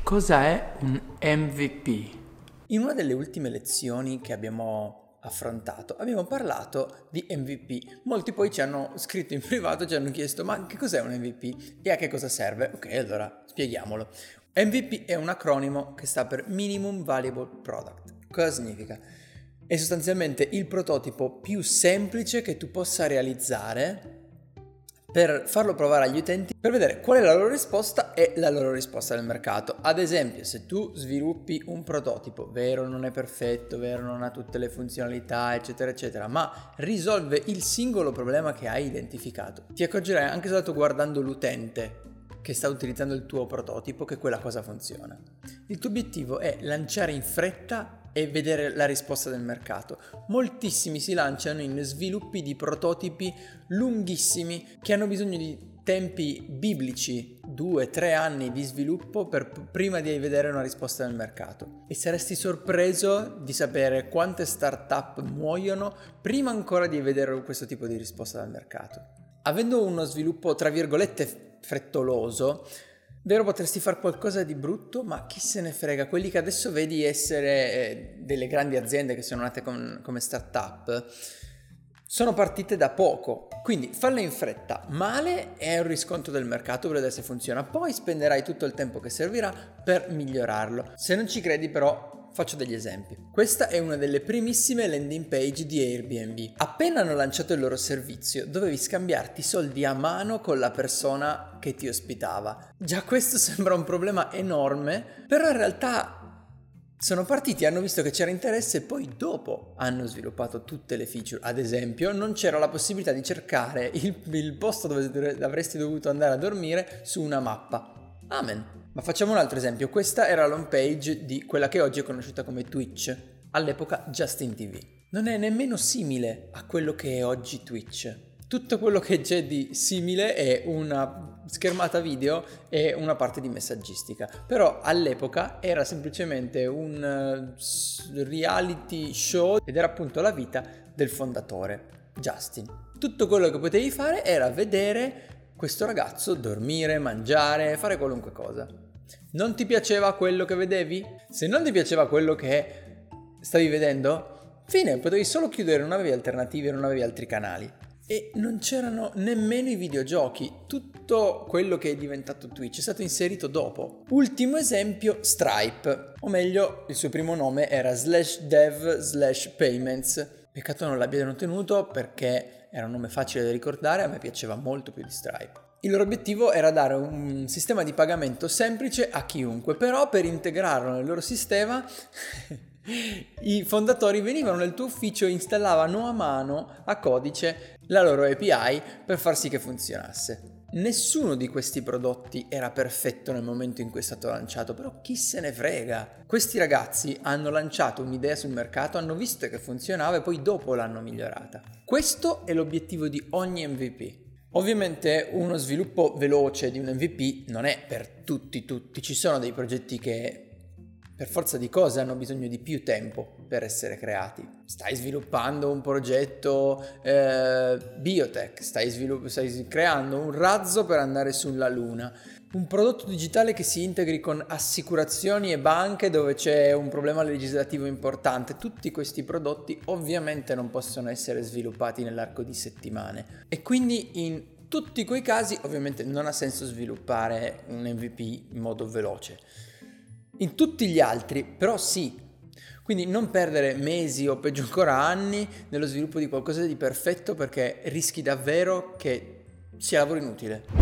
Cosa è un MVP? In una delle ultime lezioni che abbiamo affrontato abbiamo parlato di MVP. Molti poi ci hanno scritto in privato, ci hanno chiesto ma che cos'è un MVP e a che cosa serve? Ok, allora spieghiamolo. MVP è un acronimo che sta per Minimum Valuable Product. Cosa significa? È sostanzialmente il prototipo più semplice che tu possa realizzare per farlo provare agli utenti, per vedere qual è la loro risposta e la loro risposta del mercato. Ad esempio, se tu sviluppi un prototipo, vero non è perfetto, vero non ha tutte le funzionalità, eccetera, eccetera, ma risolve il singolo problema che hai identificato, ti accorgerai anche soltanto guardando l'utente che sta utilizzando il tuo prototipo che quella cosa funziona. Il tuo obiettivo è lanciare in fretta e vedere la risposta del mercato. Moltissimi si lanciano in sviluppi di prototipi lunghissimi che hanno bisogno di tempi biblici, 2-3 anni di sviluppo prima di vedere una risposta del mercato. E saresti sorpreso di sapere quante startup muoiono prima ancora di vedere questo tipo di risposta dal mercato. Avendo uno sviluppo tra virgolette frettoloso, vero, potresti fare qualcosa di brutto, ma chi se ne frega, quelli che adesso vedi essere delle grandi aziende che sono nate come startup sono partite da poco, quindi falle in fretta, male è un riscontro del mercato per vedere se funziona, poi spenderai tutto il tempo che servirà per migliorarlo. Se non ci credi però faccio degli esempi. Questa è una delle primissime landing page di Airbnb. Appena hanno lanciato il loro servizio, dovevi scambiarti soldi a mano con la persona che ti ospitava. Già questo sembra un problema enorme, però in realtà sono partiti, hanno visto che c'era interesse e poi dopo hanno sviluppato tutte le feature. Ad esempio, non c'era la possibilità di cercare il posto dove avresti dovuto andare a dormire su una mappa. Amen. Ma facciamo un altro esempio. Questa era l'home page di quella che oggi è conosciuta come Twitch, all'epoca Justin TV. Non è nemmeno simile a quello che è oggi Twitch. Tutto quello che c'è di simile è una schermata video e una parte di messaggistica. Però all'epoca era semplicemente un reality show ed era appunto la vita del fondatore, Justin. Tutto quello che potevi fare era vedere questo ragazzo dormire, mangiare, fare qualunque cosa. Non ti piaceva quello che vedevi? Se non ti piaceva quello che stavi vedendo, fine, potevi solo chiudere, non avevi alternative, non avevi altri canali. E non c'erano nemmeno i videogiochi, tutto quello che è diventato Twitch è stato inserito dopo. Ultimo esempio, Stripe, o meglio, il suo primo nome era /dev/payments. Peccato non l'abbiano tenuto perché era un nome facile da ricordare, a me piaceva molto più di Stripe. Il loro obiettivo era dare un sistema di pagamento semplice a chiunque, però per integrarlo nel loro sistema i fondatori venivano nel tuo ufficio e installavano a mano a codice la loro API per far sì che funzionasse. Nessuno di questi prodotti era perfetto nel momento in cui è stato lanciato, però chi se ne frega? Questi ragazzi hanno lanciato un'idea sul mercato, hanno visto che funzionava e poi dopo l'hanno migliorata. Questo è l'obiettivo di ogni MVP. Ovviamente uno sviluppo veloce di un MVP non è per tutti, ci sono dei progetti che per forza di cose hanno bisogno di più tempo per essere creati. Stai sviluppando un progetto biotech, stai creando un razzo per andare sulla Luna, un prodotto digitale che si integri con assicurazioni e banche dove c'è un problema legislativo importante. Tutti questi prodotti ovviamente non possono essere sviluppati nell'arco di settimane e quindi in tutti quei casi ovviamente non ha senso sviluppare un MVP in modo veloce. In tutti gli altri però sì, quindi non perdere mesi o peggio ancora anni nello sviluppo di qualcosa di perfetto perché rischi davvero che sia lavoro inutile.